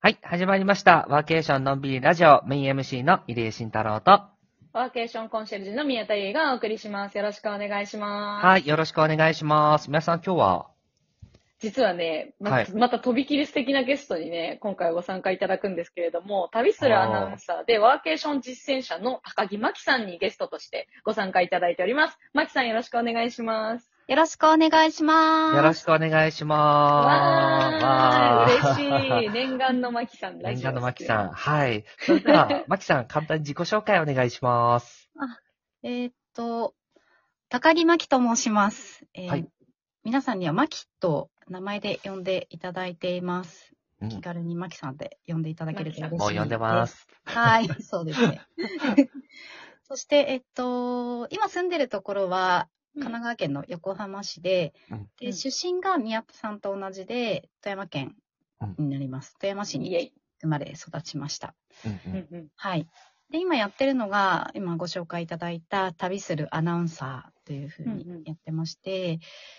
はい、始まりました。ワーケーションのんびりラジオ、メイン MC の入江慎太郎と、 ワーケーションコンシェルジュの宮田優がお送りします。よろしくお願いします。 はい、よろしくお願いします。皆さん今日は、 実はね、 はい。 またとびきり素敵なゲストにね、今回ご参加いただくんですけれども、旅するアナウンあサーでワーケーション実践者の高木真希さんにゲストとしてご参加いただいております。真希さんよろしくお願いします。 よろしくお願いしよろします。 くお願いします。 わー、嬉しい。 わー。 念願の真希さん、ラ念願のジオ出演。 マキさん。はい。それでは、マキさん、簡単に自己紹介お願いします。 あ、高木真希と申します。 はい。 皆さんには真希と名前で呼んでいただいています。 うん、 気軽に真希さんで呼んでいただけると嬉しいです。 もう呼んでます。 はい、そうですね。そして、今住んでるところは、神奈川県の横浜市で、 うん、 出身が宮田さんと同じで、富山県になります。富山市に生まれ育ちました。はい。で、今やってるのが、今ご紹介いただいた旅するアナウンサーというふうにやってまして、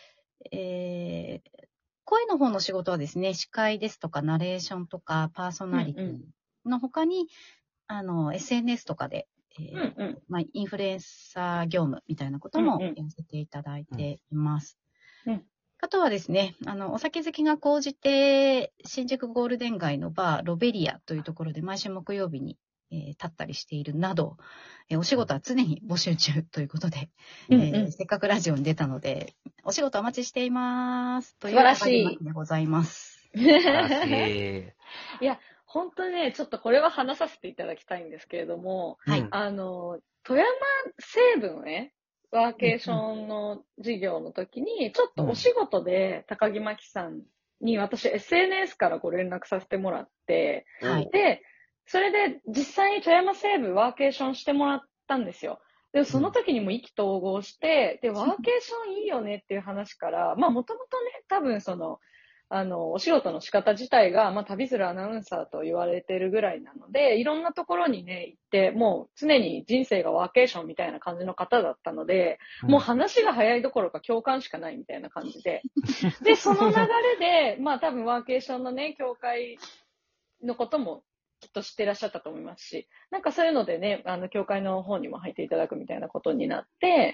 声の方の仕事はですね、司会ですとかナレーションとかパーソナリティの他に、SNS とかで、インフルエンサー業務みたいなこともやらせていただいています。あとはですね、お酒好きが高じて、新宿ゴールデン街のバー、ロベリアというところで毎週木曜日に、立ったりしているなど、お仕事は常に募集中ということで、せっかくラジオに出たので、お仕事お待ちしています。 素晴らしい。 でございます。 素晴らしい。 いや、本当にね、ちょっとこれは話させていただきたいんですけれども、 はい。 富山西部のね、ワーケーションの授業の時に、ちょっとお仕事で高木真希さんに私 SNS からご連絡させてもらって、 はい、 で、それで実際に富山西部ワーケーションしてもらったんですよ。で、その時にも意気投合して、で、ワーケーションいいよねっていう話から、まあもともとね、多分お仕事の仕方自体が、まあ、旅するアナウンサーと言われてるぐらいなので、いろんなところにね、行って、もう常に人生がワーケーションみたいな感じの方だったので、もう話が早いどころか共感しかないみたいな感じで。で、その流れで、まあ多分ワーケーションのね、協会のこともきっと知ってらっしゃったと思いますし、なんかそういうのでね、協会の方にも入っていただくみたいなことになって、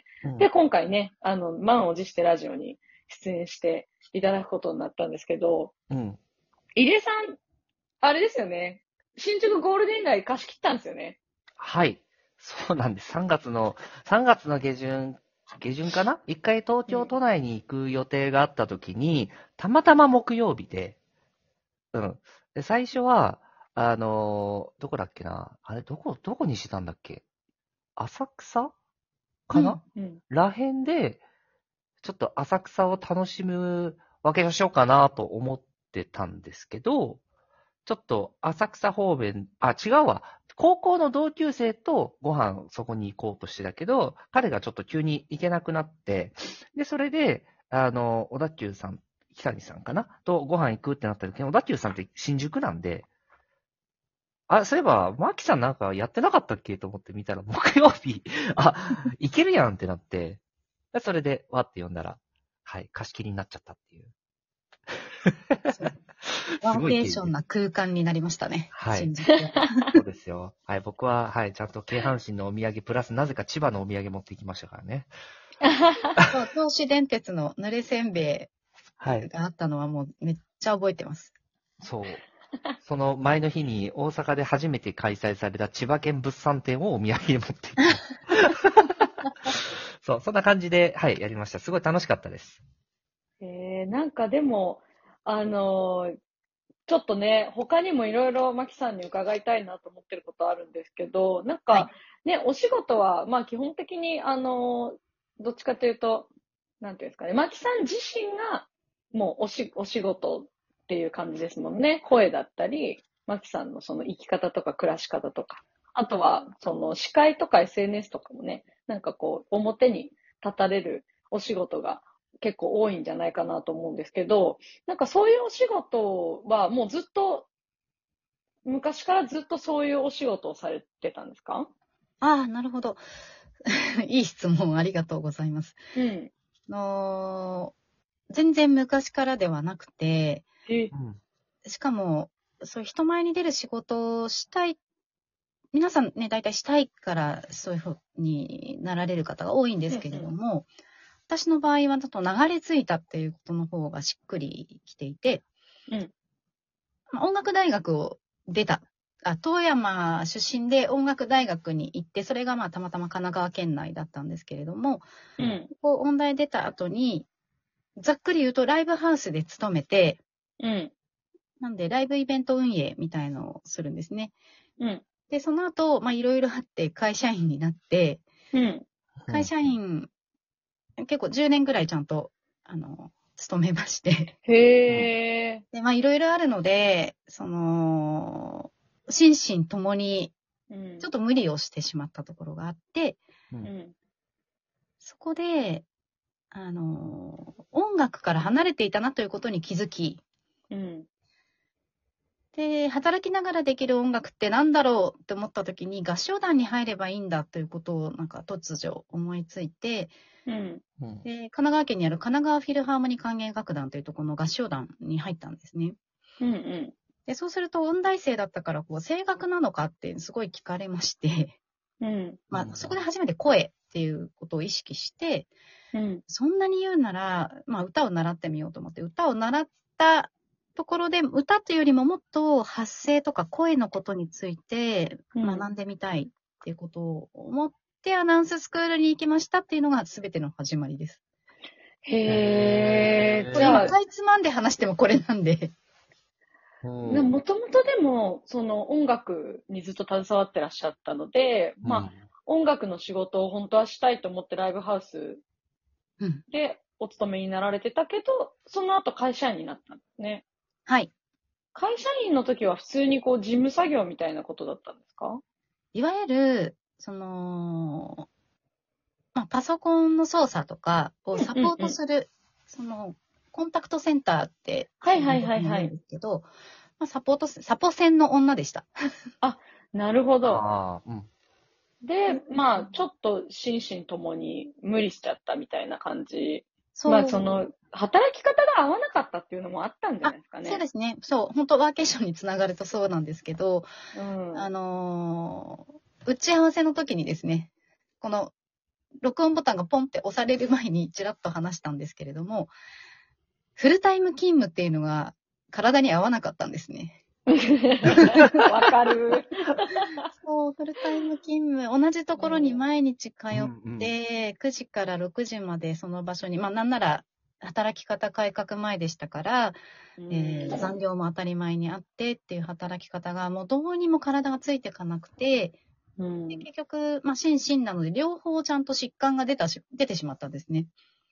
で、今回ね、満を持してラジオに出演していただくことになったんですけど、入江さん、あれですよね、新宿ゴールデン街貸し切ったんですよね。 はい。そうなんです。3月の下旬かな？一回東京都内に行く予定があった時に、たまたま木曜日で、で、最初は、どこだっけな？あれ、どこにしてたんだっけ？浅草かな？らへんで、ちょっと浅草を楽しむわけにしようかなと思ってたんですけど、ちょっと浅草方面、違うわ。高校の同級生とご飯そこに行こうとしてたけど、彼がちょっと急に行けなくなって、で、それで、小田急さん、北谷さんかなとご飯行くってなった時に、小田急さんって新宿なんで、そういえば、マキさんなんかやってなかったっけと思って見たら、木曜日、行けるやんってなって、それで、わって呼んだら、はい、貸し切りになっちゃったっていう。 ワーケーションな空間になりましたね。 はい。 新宿は。 そうですよ。はい。僕は、はい。ちゃんと京阪神のお土産、プラスなぜか千葉のお土産持ってきましたからね。 そう、銚子電鉄の濡れせんべいがあったのはもうめっちゃ覚えてます。 そう。その前の日に大阪で初めて開催された千葉県物産展をお土産に持ってきました。そう、そんな感じで、はい、やりました。すごい楽しかったです。 なんかでも、ちょっとね、他にもいろいろマキさんに伺いたいなと思ってることあるんですけど、なんかね、お仕事は、まあ基本的に、どっちかというと、なんていうんですかね、マキさん自身がもうお仕事っていう感じですもんね。声だったり、マキさんのその生き方とか暮らし方とか、あとはその司会とか SNS とかもね、なんかこう表に立たれるお仕事が結構多いんじゃないかなと思うんですけど、なんかそういうお仕事はもうずっと、昔からずっとそういうお仕事をされてたんですか？ なるほど。いい質問ありがとうございます。全然昔からではなくて、しかもそういう人前に出る仕事をしたい、皆さんね、大体したいからそういうふうになられる方が多いんですけれども、私の場合はちょっと流れ着いたっていうことの方がしっくりきていて、音楽大学を出た。富山出身で音楽大学に行って、それがまあたまたま神奈川県内だったんですけれども、こう音大出た後に、ざっくり言うとライブハウスで勤めて、なんでライブイベント運営みたいのをするんですね。で、その後、まあいろいろあって会社員になって、会社員、結構10年ぐらいちゃんと、勤めまして。 へー。 で、まあいろいろあるので、心身ともに、ちょっと無理をしてしまったところがあって、そこで、音楽から離れていたなということに気づき、で、働きながらできる音楽ってなんだろうって思った時に合唱団に入ればいいんだということをなんか突如思いついて、で、神奈川県にある神奈川フィルハーモニー管弦楽団というところの合唱団に入ったんですね。で、そうすると音大生だったからこう声楽なのかってすごい聞かれまして、まあそこで初めて声っていうことを意識して、そんなに言うなら、まあ歌を習ってみようと思って、歌を習ったところで、歌というよりももっと発声とか声のことについて学んでみたいっていうことを思ってアナウンススクールに行きましたっていうのが全ての始まりです。 へー。 じゃあ、かいつまんで話してもこれなんで。 もともとでも、その音楽にずっと携わってらっしゃったので、まあ、音楽の仕事を本当はしたいと思ってライブハウスでお勤めになられてたけど、その後会社員になったんですね。 はい。 会社員の時は普通にこう事務作業みたいなことだったんですか？ いわゆる、まあ、パソコンの操作とかをサポートする、コンタクトセンターって、言うんですけど、まあ、サポセンの女でした。 あ、なるほど。で、まあ、ちょっと心身ともに無理しちゃったみたいな感じ。まあ、働き方が合わなかったっていうのもあったんじゃないですかね。 そうですね。そう、本当ワーケーションにつながるとそうなんですけど、打ち合わせの時にですね、この録音ボタンがポンって押される前にちらっと話したんですけれども、フルタイム勤務っていうのが体に合わなかったんですね。 わかる。 そう、フルタイム勤務、同じところに毎日通って、9時から6時までその場所に、まあなんなら働き方改革前でしたから、残業も当たり前にあってっていう働き方がもうどうにも体がついていかなくて、で結局、まあ心身なので両方ちゃんと疾患が出てしまったんですね。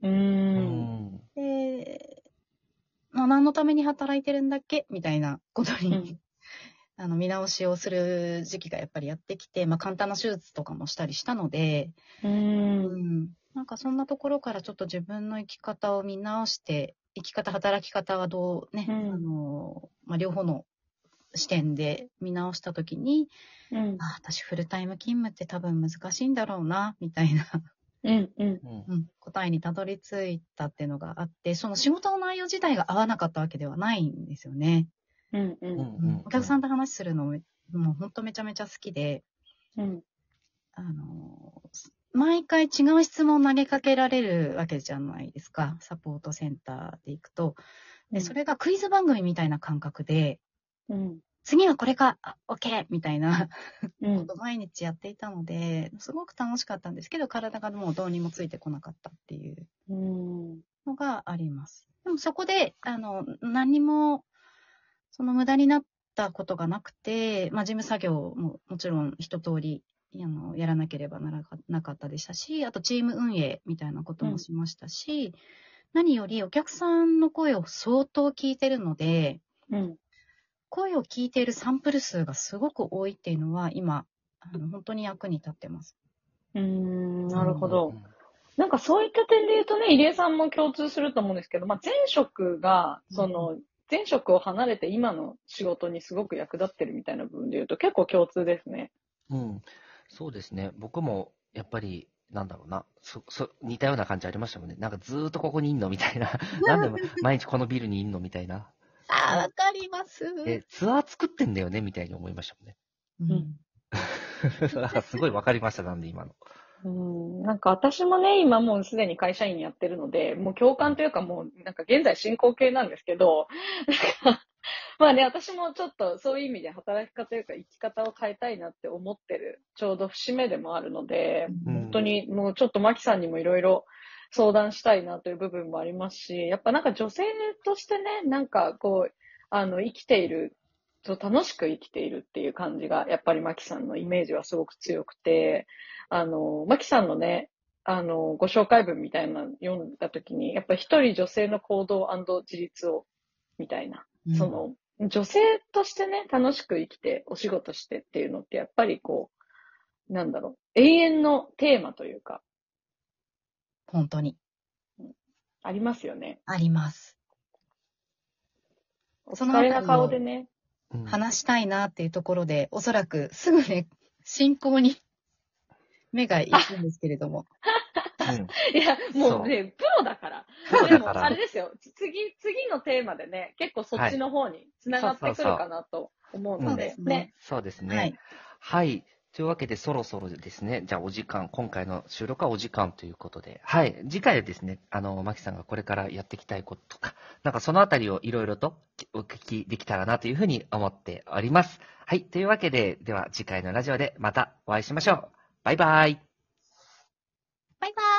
で、まあ、何のために働いてるんだっけみたいなことに、見直しをする時期がやっぱりやってきて、まあ、簡単な手術とかもしたりしたので、なんかそんなところからちょっと自分の生き方を見直して、生き方、働き方はどうね、まあ、両方の視点で見直したときに、私フルタイム勤務って多分難しいんだろうな、みたいな。答えにたどり着いたっていうのがあって、その仕事の内容自体が合わなかったわけではないんですよね。お客さんと話するのもう本当めちゃめちゃ好きで、毎回違う質問を投げかけられるわけじゃないですか、サポートセンターで行くと。で、それがクイズ番組みたいな感覚で、次はこれか、OK! みたいなことを毎日やっていたので、すごく楽しかったんですけど、体がもうどうにもついてこなかったっていうのがあります。でもそこで、何も、無駄になったことがなくて、まあ、事務作業ももちろん一通り、やらなければなかったでしたし、あとチーム運営みたいなこともしましたし、何よりお客さんの声を相当聞いてるので、声を聞いているサンプル数がすごく多いっていうのは、今、本当に役に立ってます。 なるほど。なんかそういった点で言うとね、入江さんも共通すると思うんですけど、まあ、前職が、前職を離れて今の仕事にすごく役立ってるみたいな部分で言うと結構共通ですね。 そうですね。僕もやっぱり、なんだろうな、似たような感じありましたもんね。なんかずーっとここにいんのみたいな。なんで毎日このビルにいんのみたいな。 ああ、わかります。 ツアー作ってんだよねみたいに思いましたもんね。 うん。 だからすごいわかりました、なんで今の。 なんか私もね、今もうすでに会社員やってるので、もう共感というかもうなんか現在進行形なんですけど、なんかまあね、私もちょっとそういう意味で働き方というか生き方を変えたいなって思ってる、ちょうど節目でもあるので、本当にもうちょっとマキさんにもいろいろ相談したいなという部分もありますし、やっぱなんか女性としてね、なんかこう、生きている、楽しく生きているっていう感じが、やっぱりマキさんのイメージはすごく強くて、マキさんのね、ご紹介文みたいなの読んだときに、やっぱり一人女性の行動&自立を、みたいな、女性としてね、楽しく生きて、お仕事してっていうのって、やっぱりこう、なんだろう、永遠のテーマというか、 本当に。 ありますよね。 あります。 お疲れな顔でね。 話したいなっていうところで、おそらくすぐね、進行に目が行くんですけれども。 いや、もうね、プロだから。でも、あれですよ。次のテーマでね、結構そっちの方に繋がってくるかなと思うので。ね。 そうですね。はい。というわけで、そろそろですね、じゃあお時間、今回の収録はお時間ということで、はい。次回はですね、マキさんがこれからやっていきたいこととか、なんかそのあたりをいろいろとお聞きできたらなというふうに思っております。はい。というわけで、では次回のラジオでまたお会いしましょう。バイバイ。 バイバイ。